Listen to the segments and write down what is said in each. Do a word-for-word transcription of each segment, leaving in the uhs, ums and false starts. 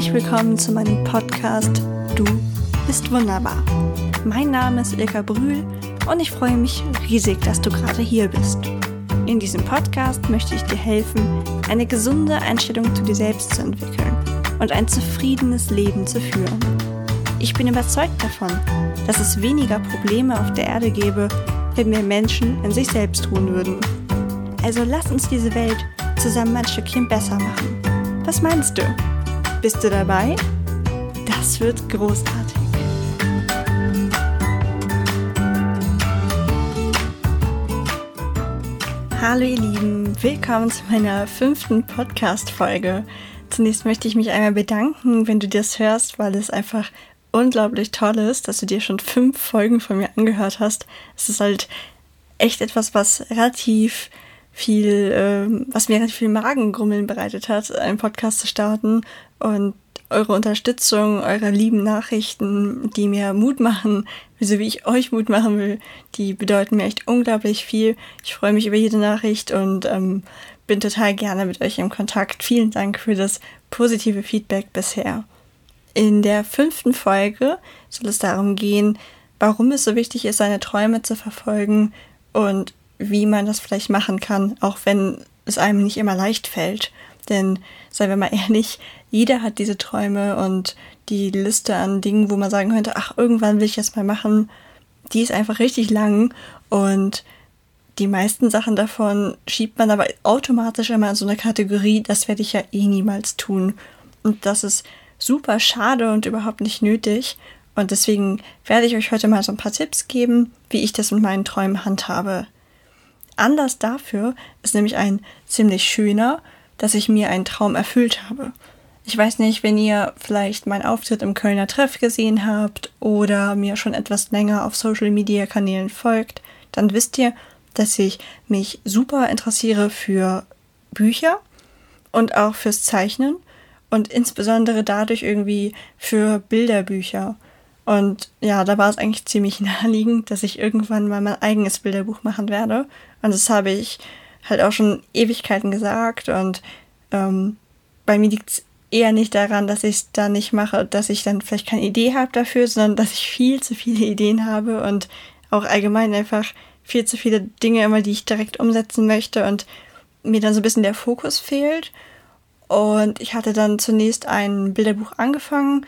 herzlich willkommen zu meinem Podcast Du bist wunderbar. Mein Name ist Ilka Brühl und ich freue mich riesig, dass du gerade hier bist. In diesem Podcast möchte ich dir helfen, eine gesunde Einstellung zu dir selbst zu entwickeln und ein zufriedenes Leben zu führen. Ich bin überzeugt davon, dass es weniger Probleme auf der Erde gäbe, wenn mehr Menschen in sich selbst ruhen würden. Also lass uns diese Welt zusammen ein Stückchen besser machen. Was meinst du? Bist du dabei? Das wird großartig. Hallo ihr Lieben, willkommen zu meiner fünften Podcast-Folge. Zunächst möchte ich mich einmal bedanken, wenn du das hörst, weil es einfach unglaublich toll ist, dass du dir schon fünf Folgen von mir angehört hast. Es ist halt echt etwas, was relativ viel, ähm, was mir relativ viel Magengrummeln bereitet hat, einen Podcast zu starten, und eure Unterstützung, eure lieben Nachrichten, die mir Mut machen, so wie ich euch Mut machen will, die bedeuten mir echt unglaublich viel. Ich freue mich über jede Nachricht und ähm, bin total gerne mit euch im Kontakt. Vielen Dank für das positive Feedback bisher. In der fünften Folge soll es darum gehen, warum es so wichtig ist, seine Träume zu verfolgen und wie man das vielleicht machen kann, auch wenn es einem nicht immer leicht fällt. Denn, seien wir mal ehrlich, jeder hat diese Träume und die Liste an Dingen, wo man sagen könnte, ach, irgendwann will ich das mal machen, die ist einfach richtig lang, und die meisten Sachen davon schiebt man aber automatisch immer in so eine Kategorie, das werde ich ja eh niemals tun. Und das ist super schade und überhaupt nicht nötig. Und deswegen werde ich euch heute mal so ein paar Tipps geben, wie ich das mit meinen Träumen handhabe. Anlass dafür ist nämlich ein ziemlich schöner, dass ich mir einen Traum erfüllt habe. Ich weiß nicht, wenn ihr vielleicht meinen Auftritt im Kölner Treff gesehen habt oder mir schon etwas länger auf Social-Media-Kanälen folgt, dann wisst ihr, dass ich mich super interessiere für Bücher und auch fürs Zeichnen und insbesondere dadurch irgendwie für Bilderbücher. Und ja, da war es eigentlich ziemlich naheliegend, dass ich irgendwann mal mein eigenes Bilderbuch machen werde. Und das habe ich halt auch schon Ewigkeiten gesagt. Und ähm, bei mir liegt es eher nicht daran, dass ich es da nicht mache, dass ich dann vielleicht keine Idee habe dafür, sondern dass ich viel zu viele Ideen habe und auch allgemein einfach viel zu viele Dinge immer, die ich direkt umsetzen möchte und mir dann so ein bisschen der Fokus fehlt. Und ich hatte dann zunächst ein Bilderbuch angefangen,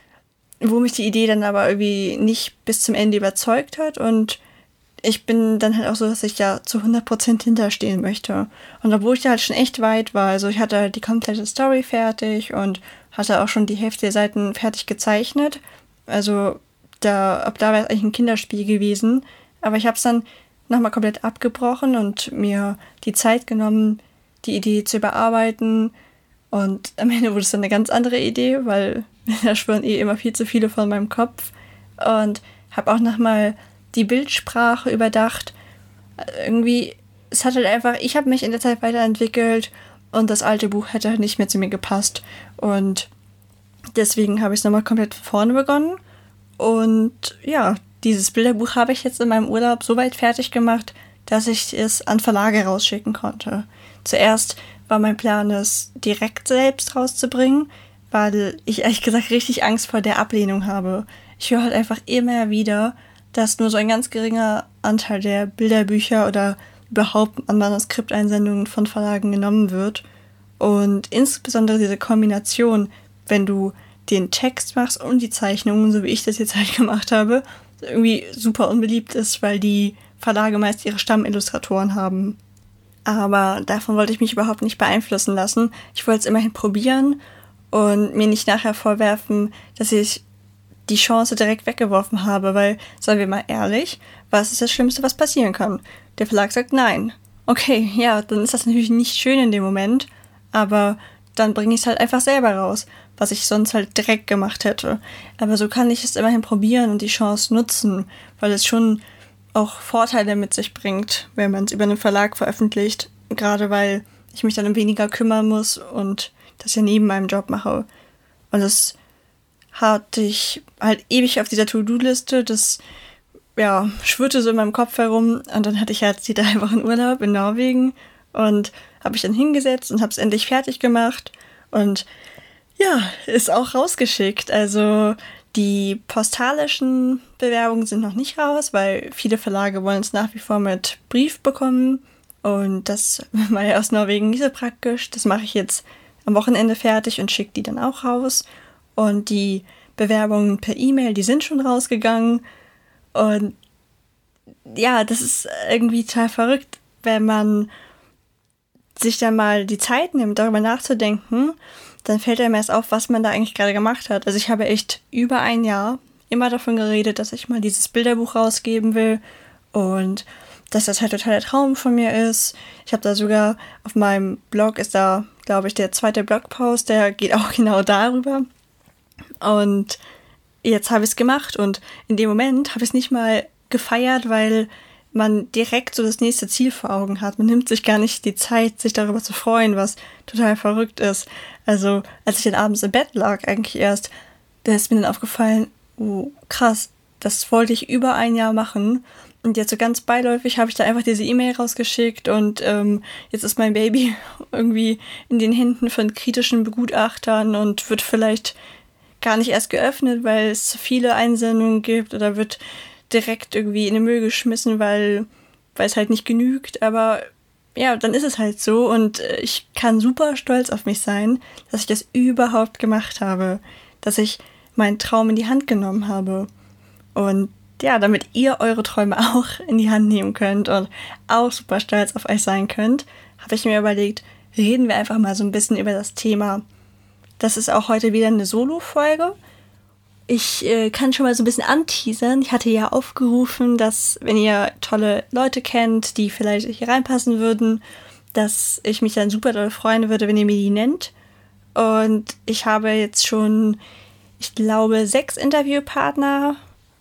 wo mich die Idee dann aber irgendwie nicht bis zum Ende überzeugt hat, und ich bin dann halt auch so, dass ich da zu hundert Prozent hinterstehen möchte. Und obwohl ich da halt schon echt weit war, also ich hatte halt die komplette Story fertig und hatte auch schon die Hälfte der Seiten fertig gezeichnet, also da, ab da wäre es eigentlich ein Kinderspiel gewesen, aber ich habe es dann nochmal komplett abgebrochen und mir die Zeit genommen, die Idee zu überarbeiten, und am Ende wurde es dann eine ganz andere Idee, weil da schwören eh immer viel zu viele von meinem Kopf, und habe auch nochmal die Bildsprache überdacht. Irgendwie, es hat halt einfach, ich habe mich in der Zeit weiterentwickelt und das alte Buch hätte halt nicht mehr zu mir gepasst, und deswegen habe ich es nochmal komplett von vorne begonnen, und ja, dieses Bilderbuch habe ich jetzt in meinem Urlaub so weit fertig gemacht, dass ich es an Verlage rausschicken konnte. Zuerst war mein Plan, es direkt selbst rauszubringen, weil ich ehrlich gesagt richtig Angst vor der Ablehnung habe. Ich höre halt einfach immer wieder, dass nur so ein ganz geringer Anteil der Bilderbücher oder überhaupt an Manuskripteinsendungen von Verlagen genommen wird. Und insbesondere diese Kombination, wenn du den Text machst und die Zeichnungen, so wie ich das jetzt halt gemacht habe, irgendwie super unbeliebt ist, weil die Verlage meist ihre Stammillustratoren haben. Aber davon wollte ich mich überhaupt nicht beeinflussen lassen. Ich wollte es immerhin probieren und mir nicht nachher vorwerfen, dass ich die Chance direkt weggeworfen habe, weil, seien wir mal ehrlich, was ist das Schlimmste, was passieren kann? Der Verlag sagt nein. Okay, ja, dann ist das natürlich nicht schön in dem Moment, aber dann bringe ich es halt einfach selber raus, was ich sonst halt direkt gemacht hätte. Aber so kann ich es immerhin probieren und die Chance nutzen, weil es schon auch Vorteile mit sich bringt, wenn man es über einen Verlag veröffentlicht, gerade weil ich mich dann um weniger kümmern muss und das ja neben meinem Job mache. Und das hatte ich halt ewig auf dieser To-Do-Liste, das ja, schwirrte so in meinem Kopf herum, und dann hatte ich halt die drei Wochen Urlaub in Norwegen und habe mich dann hingesetzt und habe es endlich fertig gemacht, und Ja, ist auch rausgeschickt. Also die postalischen Bewerbungen sind noch nicht raus, weil viele Verlage wollen es nach wie vor mit Brief bekommen. Und das war ja aus Norwegen nicht so praktisch. Das mache ich jetzt am Wochenende fertig und schicke die dann auch raus. Und die Bewerbungen per E-Mail, die sind schon rausgegangen. Und ja, das ist irgendwie total verrückt, wenn man sich dann mal die Zeit nimmt, darüber nachzudenken, dann fällt einem erst auf, was man da eigentlich gerade gemacht hat. Also ich habe echt über ein Jahr immer davon geredet, dass ich mal dieses Bilderbuch rausgeben will und dass das halt total der Traum von mir ist. Ich habe da sogar auf meinem Blog ist da, glaube ich, der zweite Blogpost, der geht auch genau darüber. Und jetzt habe ich es gemacht und in dem Moment habe ich es nicht mal gefeiert, weil man direkt so das nächste Ziel vor Augen hat. Man nimmt sich gar nicht die Zeit, sich darüber zu freuen, was total verrückt ist. Also, als ich dann abends im Bett lag, eigentlich erst, da ist mir dann aufgefallen, oh, krass, das wollte ich über ein Jahr machen. Und jetzt so ganz beiläufig habe ich da einfach diese E-Mail rausgeschickt und ähm, jetzt ist mein Baby irgendwie in den Händen von kritischen Begutachtern und wird vielleicht gar nicht erst geöffnet, weil es zu viele Einsendungen gibt oder wird direkt irgendwie in den Müll geschmissen, weil, weil es halt nicht genügt. Aber ja, dann ist es halt so und ich kann super stolz auf mich sein, dass ich das überhaupt gemacht habe, dass ich meinen Traum in die Hand genommen habe. Und ja, damit ihr eure Träume auch in die Hand nehmen könnt und auch super stolz auf euch sein könnt, habe ich mir überlegt, reden wir einfach mal so ein bisschen über das Thema. Das ist auch heute wieder eine Solo-Folge. Ich äh, kann schon mal so ein bisschen anteasern. Ich hatte ja aufgerufen, dass, wenn ihr tolle Leute kennt, die vielleicht hier reinpassen würden, dass ich mich dann super doll freuen würde, wenn ihr mir die nennt. Und ich habe jetzt schon, ich glaube, sechs Interviewpartner.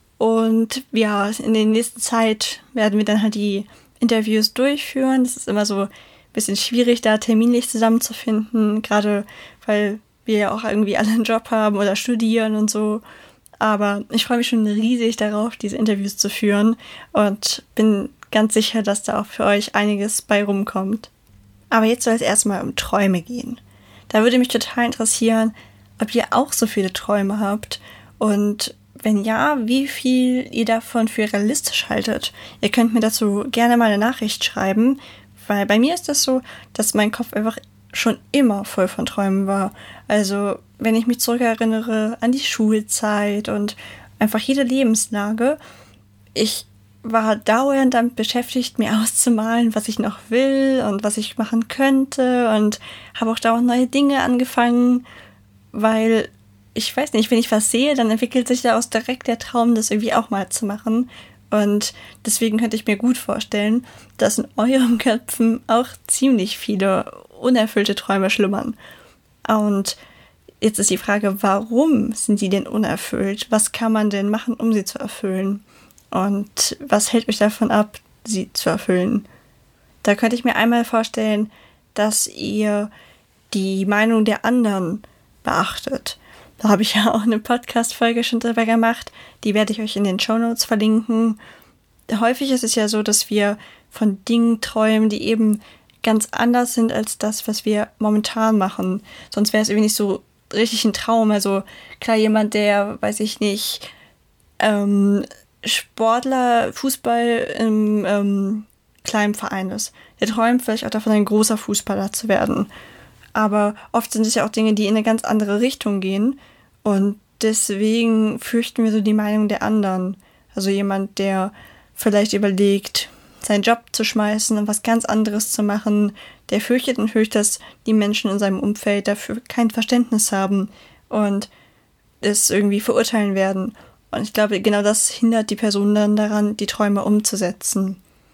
Und ja, in der nächsten Zeit werden wir dann halt die Interviews durchführen. Das ist immer so ein bisschen schwierig, da terminlich zusammenzufinden, gerade weil wir ja auch irgendwie alle einen Job haben oder studieren und so. Aber ich freue mich schon riesig darauf, diese Interviews zu führen und bin ganz sicher, dass da auch für euch einiges bei rumkommt. Aber jetzt soll es erstmal um Träume gehen. Da würde mich total interessieren, ob ihr auch so viele Träume habt und wenn ja, wie viel ihr davon für realistisch haltet. Ihr könnt mir dazu gerne mal eine Nachricht schreiben, weil bei mir ist das so, dass mein Kopf einfach schon immer voll von Träumen war. Also, wenn ich mich zurückerinnere an die Schulzeit und einfach jede Lebenslage, ich war dauernd damit beschäftigt, mir auszumalen, was ich noch will und was ich machen könnte und habe auch dauernd neue Dinge angefangen, weil ich weiß nicht, wenn ich was sehe, dann entwickelt sich daraus direkt der Traum, das irgendwie auch mal zu machen. Und deswegen könnte ich mir gut vorstellen, dass in euren Köpfen auch ziemlich viele unerfüllte Träume schlummern. Und jetzt ist die Frage, warum sind die denn unerfüllt? Was kann man denn machen, um sie zu erfüllen? Und was hält euch davon ab, sie zu erfüllen? Da könnte ich mir einmal vorstellen, dass ihr die Meinung der anderen beachtet. Da habe ich ja auch eine Podcast-Folge schon drüber gemacht. Die werde ich euch in den Shownotes verlinken. Häufig ist es ja so, dass wir von Dingen träumen, die eben ganz anders sind als das, was wir momentan machen. Sonst wäre es irgendwie nicht so richtig ein Traum. Also klar, jemand, der, weiß ich nicht, ähm, Sportler, Fußball im ähm, kleinen Verein ist. Der träumt vielleicht auch davon, ein großer Fußballer zu werden. Aber oft sind es ja auch Dinge, die in eine ganz andere Richtung gehen. Und deswegen fürchten wir so die Meinung der anderen. Also jemand, der vielleicht überlegt, seinen Job zu schmeißen und was ganz anderes zu machen, der fürchtet natürlich, dass die Menschen in seinem Umfeld dafür kein Verständnis haben und es irgendwie verurteilen werden. Und ich glaube, genau das hindert die Person dann daran, die Träume umzusetzen.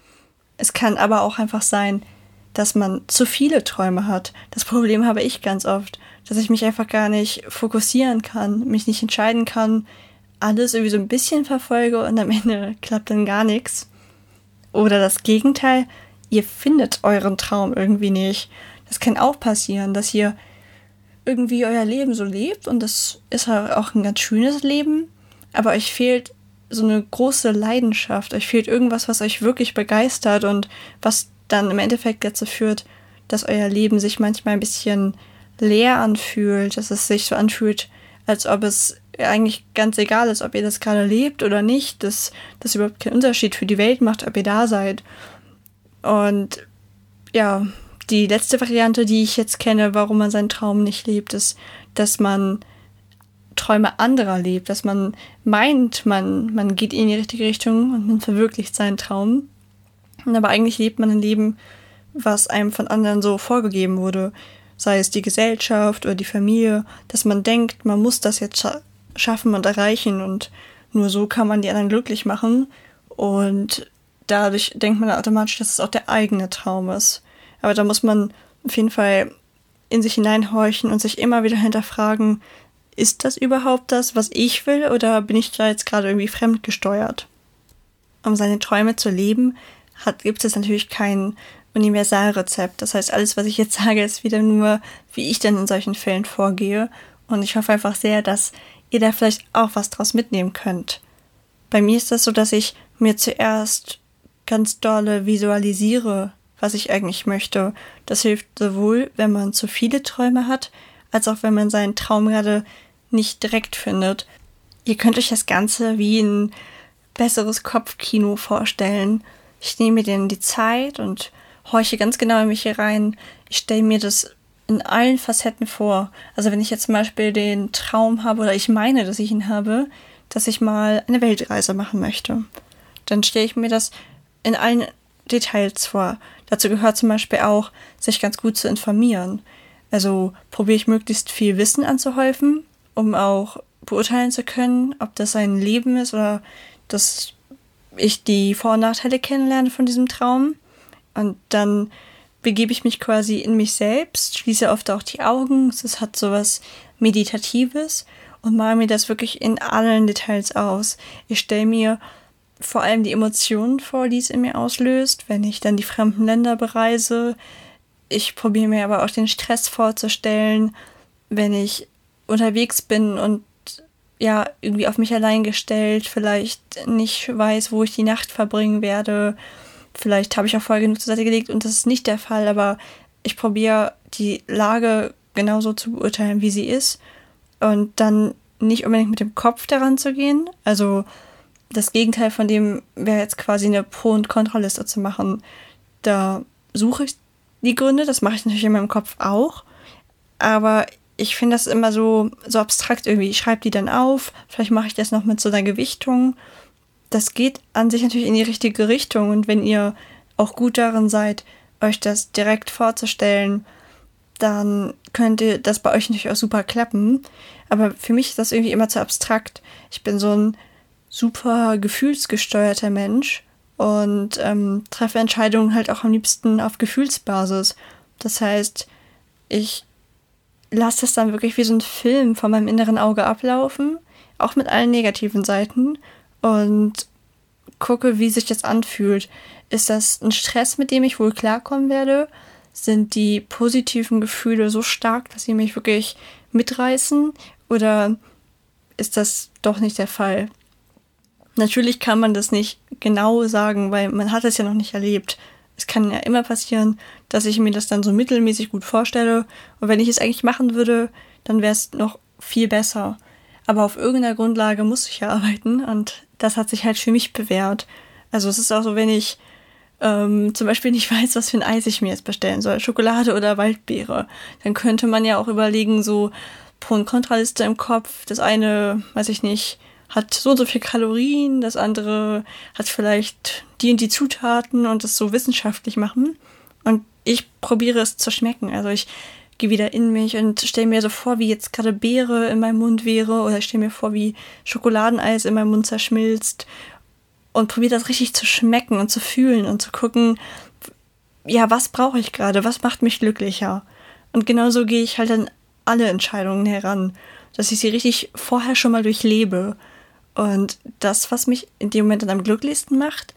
Es kann aber auch einfach sein, dass man zu viele Träume hat. Das Problem habe ich ganz oft, dass ich mich einfach gar nicht fokussieren kann, mich nicht entscheiden kann, alles irgendwie so ein bisschen verfolge und am Ende klappt dann gar nichts. Oder das Gegenteil, ihr findet euren Traum irgendwie nicht. Das kann auch passieren, dass ihr irgendwie euer Leben so lebt und das ist auch ein ganz schönes Leben, aber euch fehlt so eine große Leidenschaft, euch fehlt irgendwas, was euch wirklich begeistert und was dann im Endeffekt dazu führt, dass euer Leben sich manchmal ein bisschen leer anfühlt, dass es sich so anfühlt, als ob es eigentlich ganz egal ist, ob ihr das gerade lebt oder nicht, dass das überhaupt keinen Unterschied für die Welt macht, ob ihr da seid. Und ja, die letzte Variante, die ich jetzt kenne, warum man seinen Traum nicht lebt, ist, dass man Träume anderer lebt, dass man meint, man, man geht in die richtige Richtung und man verwirklicht seinen Traum. Aber eigentlich lebt man ein Leben, was einem von anderen so vorgegeben wurde, sei es die Gesellschaft oder die Familie, dass man denkt, man muss das jetzt scha- schaffen und erreichen und nur so kann man die anderen glücklich machen und dadurch denkt man automatisch, dass es auch der eigene Traum ist. Aber da muss man auf jeden Fall in sich hineinhorchen und sich immer wieder hinterfragen, ist das überhaupt das, was ich will, oder bin ich da jetzt gerade irgendwie fremdgesteuert? Um seine Träume zu leben, hat, gibt es natürlich kein Universalrezept. Das heißt, alles, was ich jetzt sage, ist wieder nur, wie ich denn in solchen Fällen vorgehe. Und ich hoffe einfach sehr, dass ihr da vielleicht auch was draus mitnehmen könnt. Bei mir ist das so, dass ich mir zuerst ganz dolle visualisiere, was ich eigentlich möchte. Das hilft sowohl, wenn man zu viele Träume hat, als auch wenn man seinen Traum gerade nicht direkt findet. Ihr könnt euch das Ganze wie ein besseres Kopfkino vorstellen. Ich nehme mir dann die Zeit und horche ganz genau in mich hier rein. Ich stelle mir das in allen Facetten vor. Also wenn ich jetzt zum Beispiel den Traum habe, oder ich meine, dass ich ihn habe, dass ich mal eine Weltreise machen möchte, dann stelle ich mir das in allen Details vor. Dazu gehört zum Beispiel auch, sich ganz gut zu informieren. Also probiere ich möglichst viel Wissen anzuhäufen, um auch beurteilen zu können, ob das ein Leben ist oder dass ich die Vor- und Nachteile kennenlerne von diesem Traum. Und dann begebe ich mich quasi in mich selbst, schließe oft auch die Augen. Es hat sowas Meditatives und male mir das wirklich in allen Details aus. Ich stelle mir vor allem die Emotionen vor, die es in mir auslöst, wenn ich dann die fremden Länder bereise. Ich probiere mir aber auch den Stress vorzustellen, wenn ich unterwegs bin und ja, irgendwie auf mich allein gestellt, vielleicht nicht weiß, wo ich die Nacht verbringen werde. Vielleicht habe ich auch vorher genug zur Seite gelegt und das ist nicht der Fall, aber ich probiere die Lage genauso zu beurteilen, wie sie ist und dann nicht unbedingt mit dem Kopf daran zu gehen. Also das Gegenteil von dem wäre jetzt quasi eine Pro- und Kontraliste zu machen. Da suche ich die Gründe, das mache ich natürlich in meinem Kopf auch, aber ich finde das immer so, so abstrakt irgendwie. Ich schreibe die dann auf, vielleicht mache ich das noch mit so einer Gewichtung. Das geht an sich natürlich in die richtige Richtung und wenn ihr auch gut darin seid, euch das direkt vorzustellen, dann könnte das bei euch natürlich auch super klappen. Aber für mich ist das irgendwie immer zu abstrakt. Ich bin so ein super gefühlsgesteuerter Mensch und ähm, treffe Entscheidungen halt auch am liebsten auf Gefühlsbasis. Das heißt, ich lasse das dann wirklich wie so ein Film vor meinem inneren Auge ablaufen, auch mit allen negativen Seiten und gucke, wie sich das anfühlt. Ist das ein Stress, mit dem ich wohl klarkommen werde? Sind die positiven Gefühle so stark, dass sie mich wirklich mitreißen? Oder ist das doch nicht der Fall? Natürlich kann man das nicht genau sagen, weil man hat es ja noch nicht erlebt. Es kann ja immer passieren, dass ich mir das dann so mittelmäßig gut vorstelle. Und wenn ich es eigentlich machen würde, dann wäre es noch viel besser. Aber auf irgendeiner Grundlage muss ich ja arbeiten und das hat sich halt für mich bewährt. Also es ist auch so, wenn ich ähm, zum Beispiel nicht weiß, was für ein Eis ich mir jetzt bestellen soll, Schokolade oder Waldbeere, dann könnte man ja auch überlegen, so Pro- und Kontraliste im Kopf. Das eine, weiß ich nicht, hat so und so viel Kalorien, das andere hat vielleicht die und die Zutaten und das so wissenschaftlich machen. Und ich probiere es zu schmecken. Also ich gehe wieder in mich und stelle mir so vor, wie jetzt gerade Beere in meinem Mund wäre oder ich stelle mir vor, wie Schokoladeneis in meinem Mund zerschmilzt und probiere das richtig zu schmecken und zu fühlen und zu gucken, ja, was brauche ich gerade, was macht mich glücklicher? Und genauso gehe ich halt an alle Entscheidungen heran, dass ich sie richtig vorher schon mal durchlebe. Und das, was mich in dem Moment dann am glücklichsten macht,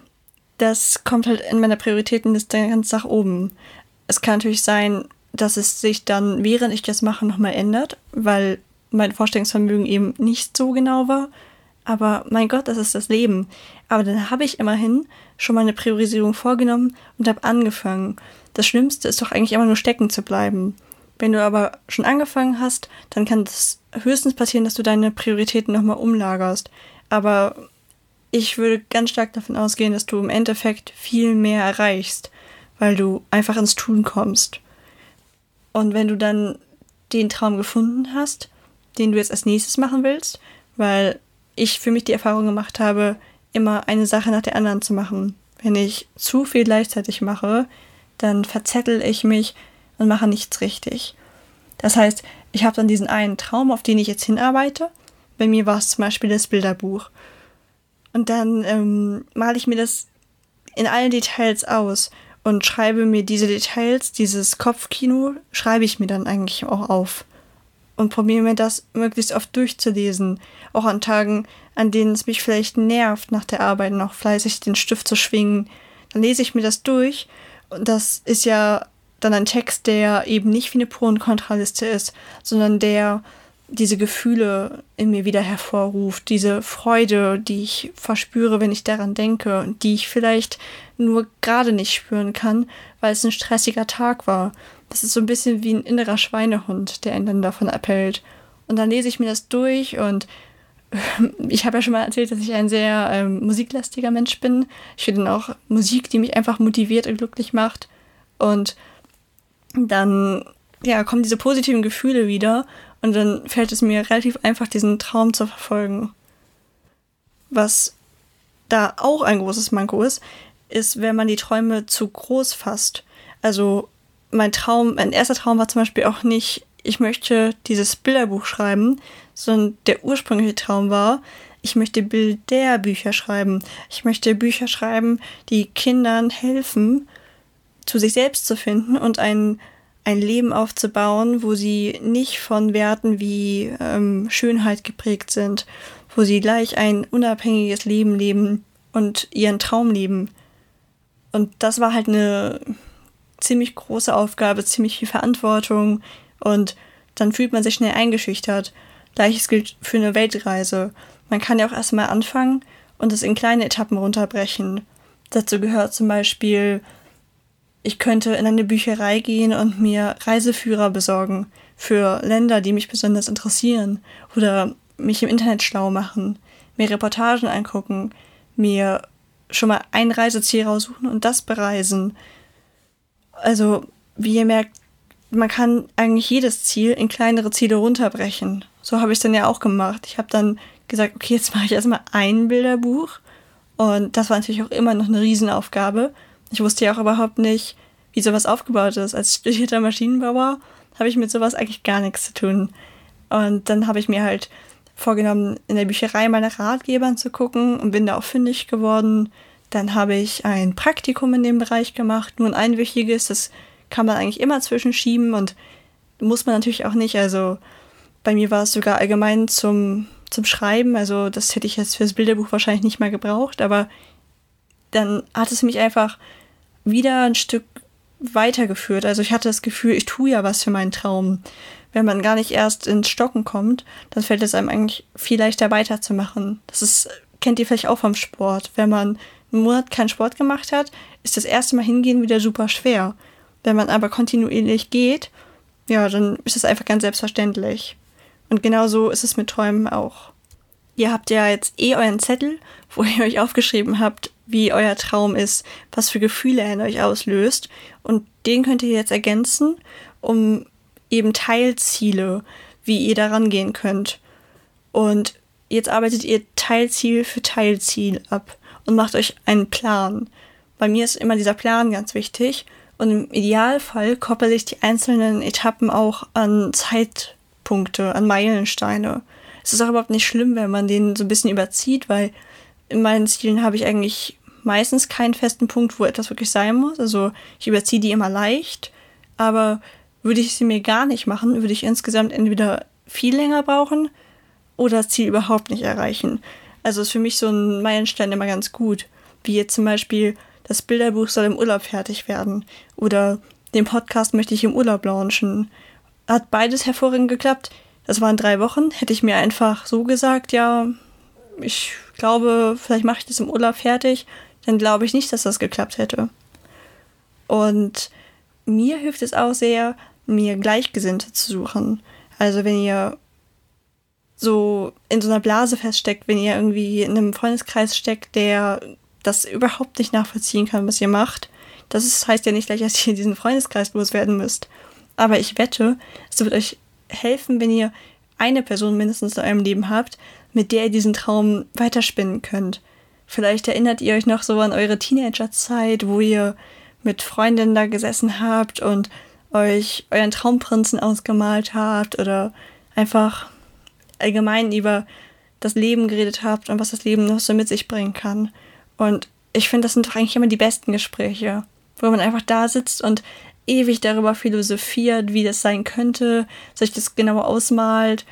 das kommt halt in meiner Prioritätenliste ganz nach oben. Es kann natürlich sein, dass es sich dann, während ich das mache, nochmal ändert, weil mein Vorstellungsvermögen eben nicht so genau war. Aber mein Gott, das ist das Leben. Aber dann habe ich immerhin schon mal eine Priorisierung vorgenommen und habe angefangen. Das Schlimmste ist doch eigentlich immer nur stecken zu bleiben. Wenn du aber schon angefangen hast, dann kann es höchstens passieren, dass du deine Prioritäten nochmal umlagerst. Aber ich würde ganz stark davon ausgehen, dass du im Endeffekt viel mehr erreichst, weil du einfach ins Tun kommst. Und wenn du dann den Traum gefunden hast, den du jetzt als nächstes machen willst, weil ich für mich die Erfahrung gemacht habe, immer eine Sache nach der anderen zu machen. Wenn ich zu viel gleichzeitig mache, dann verzettel ich mich und mache nichts richtig. Das heißt, ich habe dann diesen einen Traum, auf den ich jetzt hinarbeite. Bei mir war es zum Beispiel das Bilderbuch. Und dann ähm, male ich mir das in allen Details aus und schreibe mir diese Details, dieses Kopfkino, schreibe ich mir dann eigentlich auch auf. Und probiere mir das möglichst oft durchzulesen. Auch an Tagen, an denen es mich vielleicht nervt, nach der Arbeit noch fleißig den Stift zu schwingen. Dann lese ich mir das durch. Und das ist ja dann ein Text, der eben nicht wie eine Pro- und Kontraliste ist, sondern der diese Gefühle in mir wieder hervorruft, diese Freude, die ich verspüre, wenn ich daran denke, und die ich vielleicht nur gerade nicht spüren kann, weil es ein stressiger Tag war. Das ist so ein bisschen wie ein innerer Schweinehund, der einen dann davon abhält. Und dann lese ich mir das durch und ich habe ja schon mal erzählt, dass ich ein sehr ähm, musiklastiger Mensch bin. Ich finde dann auch Musik, die mich einfach motiviert und glücklich macht. Und dann ja, kommen diese positiven Gefühle wieder und dann fällt es mir relativ einfach, diesen Traum zu verfolgen. Was da auch ein großes Manko ist, ist, wenn man die Träume zu groß fasst. Also mein Traum, mein erster Traum war zum Beispiel auch nicht, ich möchte dieses Bilderbuch schreiben, sondern der ursprüngliche Traum war, ich möchte Bilderbücher schreiben. Ich möchte Bücher schreiben, die Kindern helfen, zu sich selbst zu finden und ein, ein Leben aufzubauen, wo sie nicht von Werten wie ähm, Schönheit geprägt sind, wo sie gleich ein unabhängiges Leben leben und ihren Traum leben. Und das war halt eine ziemlich große Aufgabe, ziemlich viel Verantwortung und dann fühlt man sich schnell eingeschüchtert. Gleiches gilt für eine Weltreise. Man kann ja auch erstmal anfangen und es in kleine Etappen runterbrechen. Dazu gehört zum Beispiel, ich könnte in eine Bücherei gehen und mir Reiseführer besorgen für Länder, die mich besonders interessieren oder mich im Internet schlau machen, mir Reportagen angucken, mir schon mal ein Reiseziel raussuchen und das bereisen. Also, wie ihr merkt, man kann eigentlich jedes Ziel in kleinere Ziele runterbrechen. So habe ich es dann ja auch gemacht. Ich habe dann gesagt, okay, jetzt mache ich erstmal ein Bilderbuch. Und das war natürlich auch immer noch eine Riesenaufgabe. Ich wusste ja auch überhaupt nicht, wie sowas aufgebaut ist. Als studierter Maschinenbauer habe ich mit sowas eigentlich gar nichts zu tun. Und dann habe ich mir halt vorgenommen, in der Bücherei mal nach Ratgebern zu gucken und bin da auch fündig geworden. Dann habe ich ein Praktikum in dem Bereich gemacht, nur ein einwöchiges. Das kann man eigentlich immer zwischenschieben und muss man natürlich auch nicht. Also bei mir war es sogar allgemein zum, zum Schreiben. Also das hätte ich jetzt fürs Bilderbuch wahrscheinlich nicht mal gebraucht. Aber dann hat es mich einfach wieder ein Stück weitergeführt. Also ich hatte das Gefühl, ich tue ja was für meinen Traum. Wenn man gar nicht erst ins Stocken kommt, dann fällt es einem eigentlich viel leichter weiterzumachen. Das ist, kennt ihr vielleicht auch vom Sport. Wenn man einen Monat keinen Sport gemacht hat, ist das erste Mal hingehen wieder super schwer. Wenn man aber kontinuierlich geht, ja, dann ist es einfach ganz selbstverständlich. Und genauso ist es mit Träumen auch. Ihr habt ja jetzt eh euren Zettel, wo ihr euch aufgeschrieben habt, wie euer Traum ist, was für Gefühle er in euch auslöst. Und den könnt ihr jetzt ergänzen, um eben Teilziele, wie ihr da rangehen könnt. Und jetzt arbeitet ihr Teilziel für Teilziel ab und macht euch einen Plan. Bei mir ist immer dieser Plan ganz wichtig. Und im Idealfall koppel ich die einzelnen Etappen auch an Zeitpunkte, an Meilensteine. Es ist auch überhaupt nicht schlimm, wenn man den so ein bisschen überzieht, weil in meinen Zielen habe ich eigentlich meistens keinen festen Punkt, wo etwas wirklich sein muss. Also ich überziehe die immer leicht, aber würde ich sie mir gar nicht machen, würde ich insgesamt entweder viel länger brauchen oder das Ziel überhaupt nicht erreichen. Also ist für mich so ein Meilenstein immer ganz gut, wie jetzt zum Beispiel, das Bilderbuch soll im Urlaub fertig werden oder den Podcast möchte ich im Urlaub launchen. Hat beides hervorragend geklappt. Das waren drei Wochen. Hätte ich mir einfach so gesagt, ja, ich glaube, vielleicht mache ich das im Urlaub fertig, dann glaube ich nicht, dass das geklappt hätte. Und mir hilft es auch sehr, mir Gleichgesinnte zu suchen. Also wenn ihr so in so einer Blase feststeckt, wenn ihr irgendwie in einem Freundeskreis steckt, der das überhaupt nicht nachvollziehen kann, was ihr macht, das ist, heißt ja nicht gleich, dass ihr diesen Freundeskreis loswerden müsst. Aber ich wette, es wird euch helfen, wenn ihr eine Person mindestens in eurem Leben habt, mit der ihr diesen Traum weiterspinnen könnt. Vielleicht erinnert ihr euch noch so an eure Teenagerzeit, wo ihr mit Freundinnen da gesessen habt und euch euren Traumprinzen ausgemalt habt oder einfach allgemein über das Leben geredet habt und was das Leben noch so mit sich bringen kann. Und ich finde, das sind doch eigentlich immer die besten Gespräche, wo man einfach da sitzt und ewig darüber philosophiert, wie das sein könnte, sich das genauer ausmalt.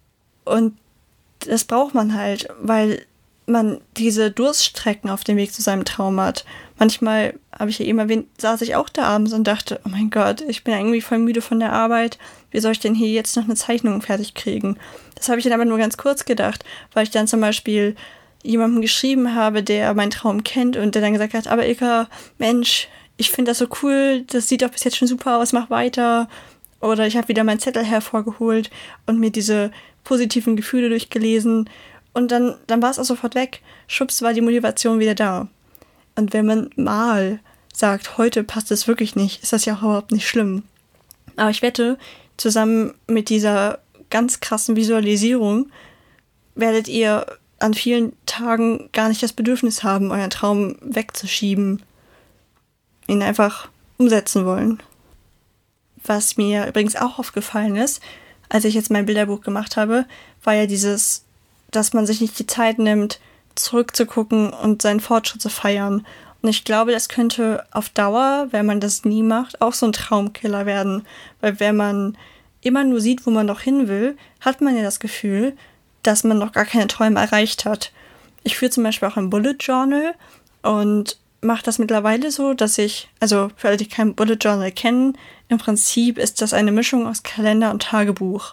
Und das braucht man halt, weil man diese Durststrecken auf dem Weg zu seinem Traum hat. Manchmal, habe ich ja eben erwähnt, saß ich auch da abends und dachte, oh mein Gott, ich bin irgendwie voll müde von der Arbeit. Wie soll ich denn hier jetzt noch eine Zeichnung fertig kriegen? Das habe ich dann aber nur ganz kurz gedacht, weil ich dann zum Beispiel jemandem geschrieben habe, der meinen Traum kennt und der dann gesagt hat, aber Ilka, Mensch, ich finde das so cool, das sieht doch bis jetzt schon super aus, mach weiter. Oder ich habe wieder meinen Zettel hervorgeholt und mir diese positiven Gefühle durchgelesen. Und dann, dann war es auch sofort weg. Schubs, war die Motivation wieder da. Und wenn man mal sagt, heute passt es wirklich nicht, ist das ja auch überhaupt nicht schlimm. Aber ich wette, zusammen mit dieser ganz krassen Visualisierung werdet ihr an vielen Tagen gar nicht das Bedürfnis haben, euren Traum wegzuschieben, ihn einfach umsetzen wollen. Was mir übrigens auch aufgefallen ist, als ich jetzt mein Bilderbuch gemacht habe, war ja dieses, dass man sich nicht die Zeit nimmt, zurückzugucken und seinen Fortschritt zu feiern. Und ich glaube, das könnte auf Dauer, wenn man das nie macht, auch so ein Traumkiller werden. Weil wenn man immer nur sieht, wo man noch hin will, hat man ja das Gefühl, dass man noch gar keine Träume erreicht hat. Ich führe zum Beispiel auch ein Bullet Journal und mache das mittlerweile so, dass ich, also für alle, die kein Bullet Journal kennen, im Prinzip ist das eine Mischung aus Kalender und Tagebuch.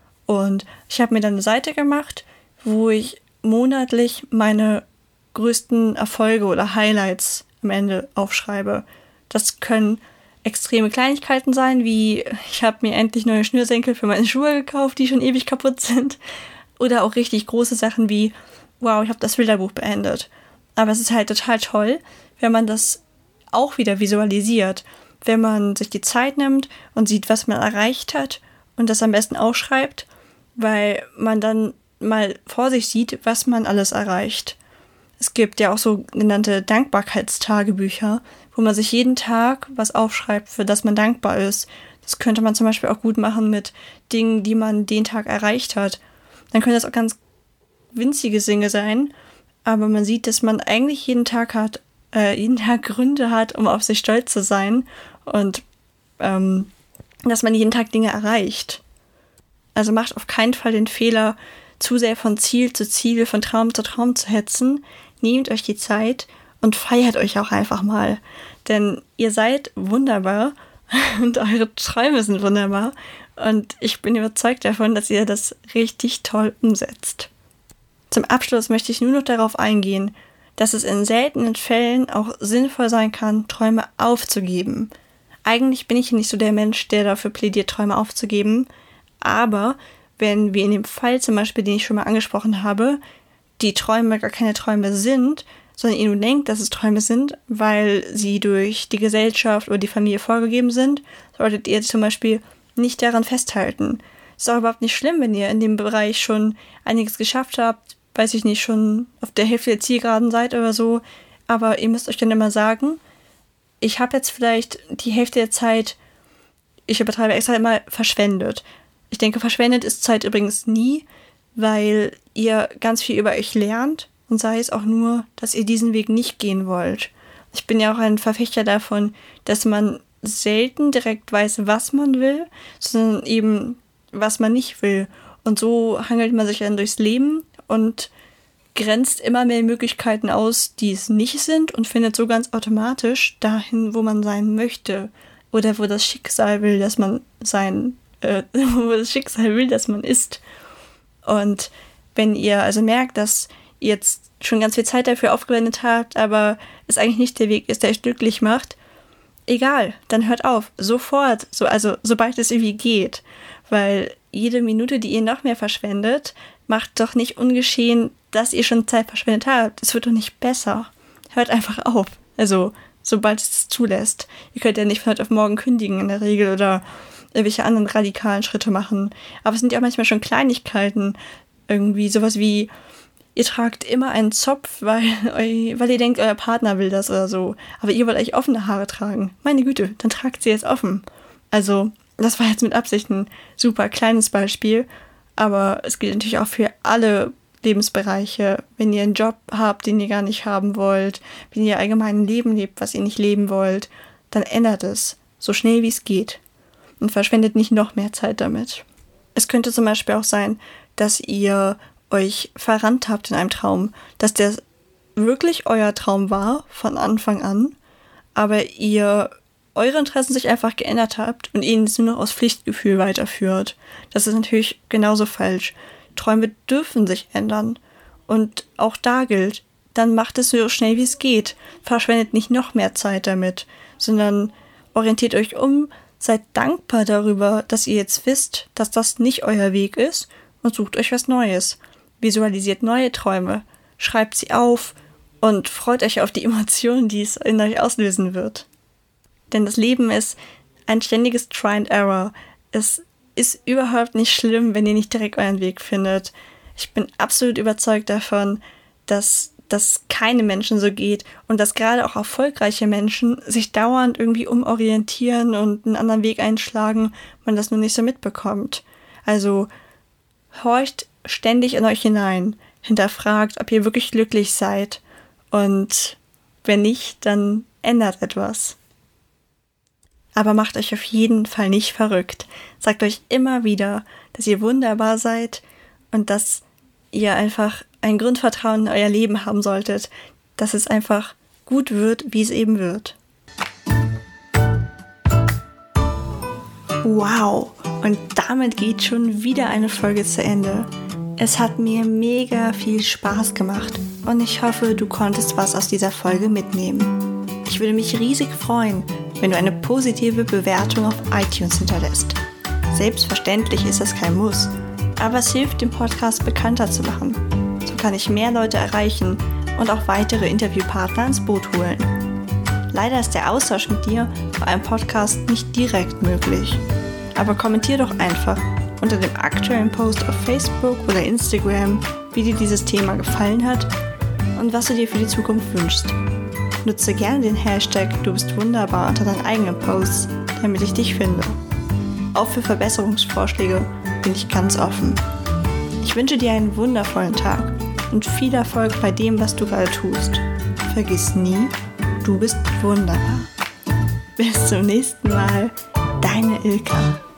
Und ich habe mir dann eine Seite gemacht, wo ich monatlich meine größten Erfolge oder Highlights am Ende aufschreibe. Das können extreme Kleinigkeiten sein, wie ich habe mir endlich neue Schnürsenkel für meine Schuhe gekauft, die schon ewig kaputt sind. Oder auch richtig große Sachen wie, wow, ich habe das Bilderbuch beendet. Aber es ist halt total toll, wenn man das auch wieder visualisiert. Wenn man sich die Zeit nimmt und sieht, was man erreicht hat und das am besten aufschreibt, weil man dann mal vor sich sieht, was man alles erreicht. Es gibt ja auch so genannte Dankbarkeitstagebücher, wo man sich jeden Tag was aufschreibt, für das man dankbar ist. Das könnte man zum Beispiel auch gut machen mit Dingen, die man den Tag erreicht hat. Dann können das auch ganz winzige Dinge sein, aber man sieht, dass man eigentlich jeden Tag hat, äh, jeden Tag Gründe hat, um auf sich stolz zu sein und ähm, dass man jeden Tag Dinge erreicht. Also macht auf keinen Fall den Fehler, zu sehr von Ziel zu Ziel, von Traum zu Traum zu hetzen. Nehmt euch die Zeit und feiert euch auch einfach mal. Denn ihr seid wunderbar und eure Träume sind wunderbar. Und ich bin überzeugt davon, dass ihr das richtig toll umsetzt. Zum Abschluss möchte ich nur noch darauf eingehen, dass es in seltenen Fällen auch sinnvoll sein kann, Träume aufzugeben. Eigentlich bin ich nicht so der Mensch, der dafür plädiert, Träume aufzugeben. Aber wenn, wie in dem Fall zum Beispiel, den ich schon mal angesprochen habe, die Träume gar keine Träume sind, sondern ihr nur denkt, dass es Träume sind, weil sie durch die Gesellschaft oder die Familie vorgegeben sind, solltet ihr zum Beispiel nicht daran festhalten. Ist auch überhaupt nicht schlimm, wenn ihr in dem Bereich schon einiges geschafft habt, weiß ich nicht, schon auf der Hälfte der Zielgeraden seid oder so, aber ihr müsst euch dann immer sagen, ich habe jetzt vielleicht die Hälfte der Zeit, ich übertreibe extra immer, verschwendet. Ich denke, verschwendet ist Zeit übrigens nie, weil ihr ganz viel über euch lernt und sei es auch nur, dass ihr diesen Weg nicht gehen wollt. Ich bin ja auch ein Verfechter davon, dass man selten direkt weiß, was man will, sondern eben, was man nicht will. Und so hangelt man sich dann durchs Leben und grenzt immer mehr Möglichkeiten aus, die es nicht sind und findet so ganz automatisch dahin, wo man sein möchte. Oder wo das Schicksal will, dass man sein, äh, wo das Schicksal will, dass man ist. Und wenn ihr also merkt, dass ihr jetzt schon ganz viel Zeit dafür aufgewendet habt, aber es eigentlich nicht der Weg ist, der euch glücklich macht, egal, dann hört auf, sofort, so, also sobald es irgendwie geht, weil jede Minute, die ihr noch mehr verschwendet, macht doch nicht ungeschehen, dass ihr schon Zeit verschwendet habt. Es wird doch nicht besser. Hört einfach auf, also sobald es zulässt. Ihr könnt ja nicht von heute auf morgen kündigen in der Regel oder irgendwelche anderen radikalen Schritte machen, aber es sind ja auch manchmal schon Kleinigkeiten, irgendwie sowas wie, ihr tragt immer einen Zopf, weil, weil ihr denkt, euer Partner will das oder so. Aber ihr wollt eigentlich offene Haare tragen. Meine Güte, dann tragt sie jetzt offen. Also, das war jetzt mit Absicht ein super kleines Beispiel. Aber es gilt natürlich auch für alle Lebensbereiche. Wenn ihr einen Job habt, den ihr gar nicht haben wollt, wenn ihr allgemein ein Leben lebt, was ihr nicht leben wollt, dann ändert es so schnell wie es geht. Und verschwendet nicht noch mehr Zeit damit. Es könnte zum Beispiel auch sein, dass ihr euch verrannt habt in einem Traum, dass der wirklich euer Traum war von Anfang an, aber ihr eure Interessen sich einfach geändert habt und ihn nur noch aus Pflichtgefühl weiterführt. Das ist natürlich genauso falsch. Träume dürfen sich ändern. Und auch da gilt, dann macht es so schnell wie es geht. Verschwendet nicht noch mehr Zeit damit, sondern orientiert euch um, seid dankbar darüber, dass ihr jetzt wisst, dass das nicht euer Weg ist und sucht euch was Neues. Visualisiert neue Träume, schreibt sie auf und freut euch auf die Emotionen, die es in euch auslösen wird. Denn das Leben ist ein ständiges Try and Error. Es ist überhaupt nicht schlimm, wenn ihr nicht direkt euren Weg findet. Ich bin absolut überzeugt davon, dass das keine Menschen so geht und dass gerade auch erfolgreiche Menschen sich dauernd irgendwie umorientieren und einen anderen Weg einschlagen, man das nur nicht so mitbekommt. Also horcht ständig in euch hinein, hinterfragt, ob ihr wirklich glücklich seid und wenn nicht, dann ändert etwas. Aber macht euch auf jeden Fall nicht verrückt. Sagt euch immer wieder, dass ihr wunderbar seid und dass ihr einfach ein Grundvertrauen in euer Leben haben solltet, dass es einfach gut wird, wie es eben wird. Wow, und damit geht schon wieder eine Folge zu Ende. Es hat mir mega viel Spaß gemacht und ich hoffe, du konntest was aus dieser Folge mitnehmen. Ich würde mich riesig freuen, wenn du eine positive Bewertung auf iTunes hinterlässt. Selbstverständlich ist das kein Muss, aber es hilft, den Podcast bekannter zu machen. So kann ich mehr Leute erreichen und auch weitere Interviewpartner ins Boot holen. Leider ist der Austausch mit dir bei einem Podcast nicht direkt möglich. Aber kommentier doch einfach unter dem aktuellen Post auf Facebook oder Instagram, wie dir dieses Thema gefallen hat und was du dir für die Zukunft wünschst. Nutze gerne den Hashtag Du bist wunderbar unter deinen eigenen Posts, damit ich dich finde. Auch für Verbesserungsvorschläge bin ich ganz offen. Ich wünsche dir einen wundervollen Tag und viel Erfolg bei dem, was du gerade tust. Vergiss nie, du bist wunderbar. Bis zum nächsten Mal, deine Ilka.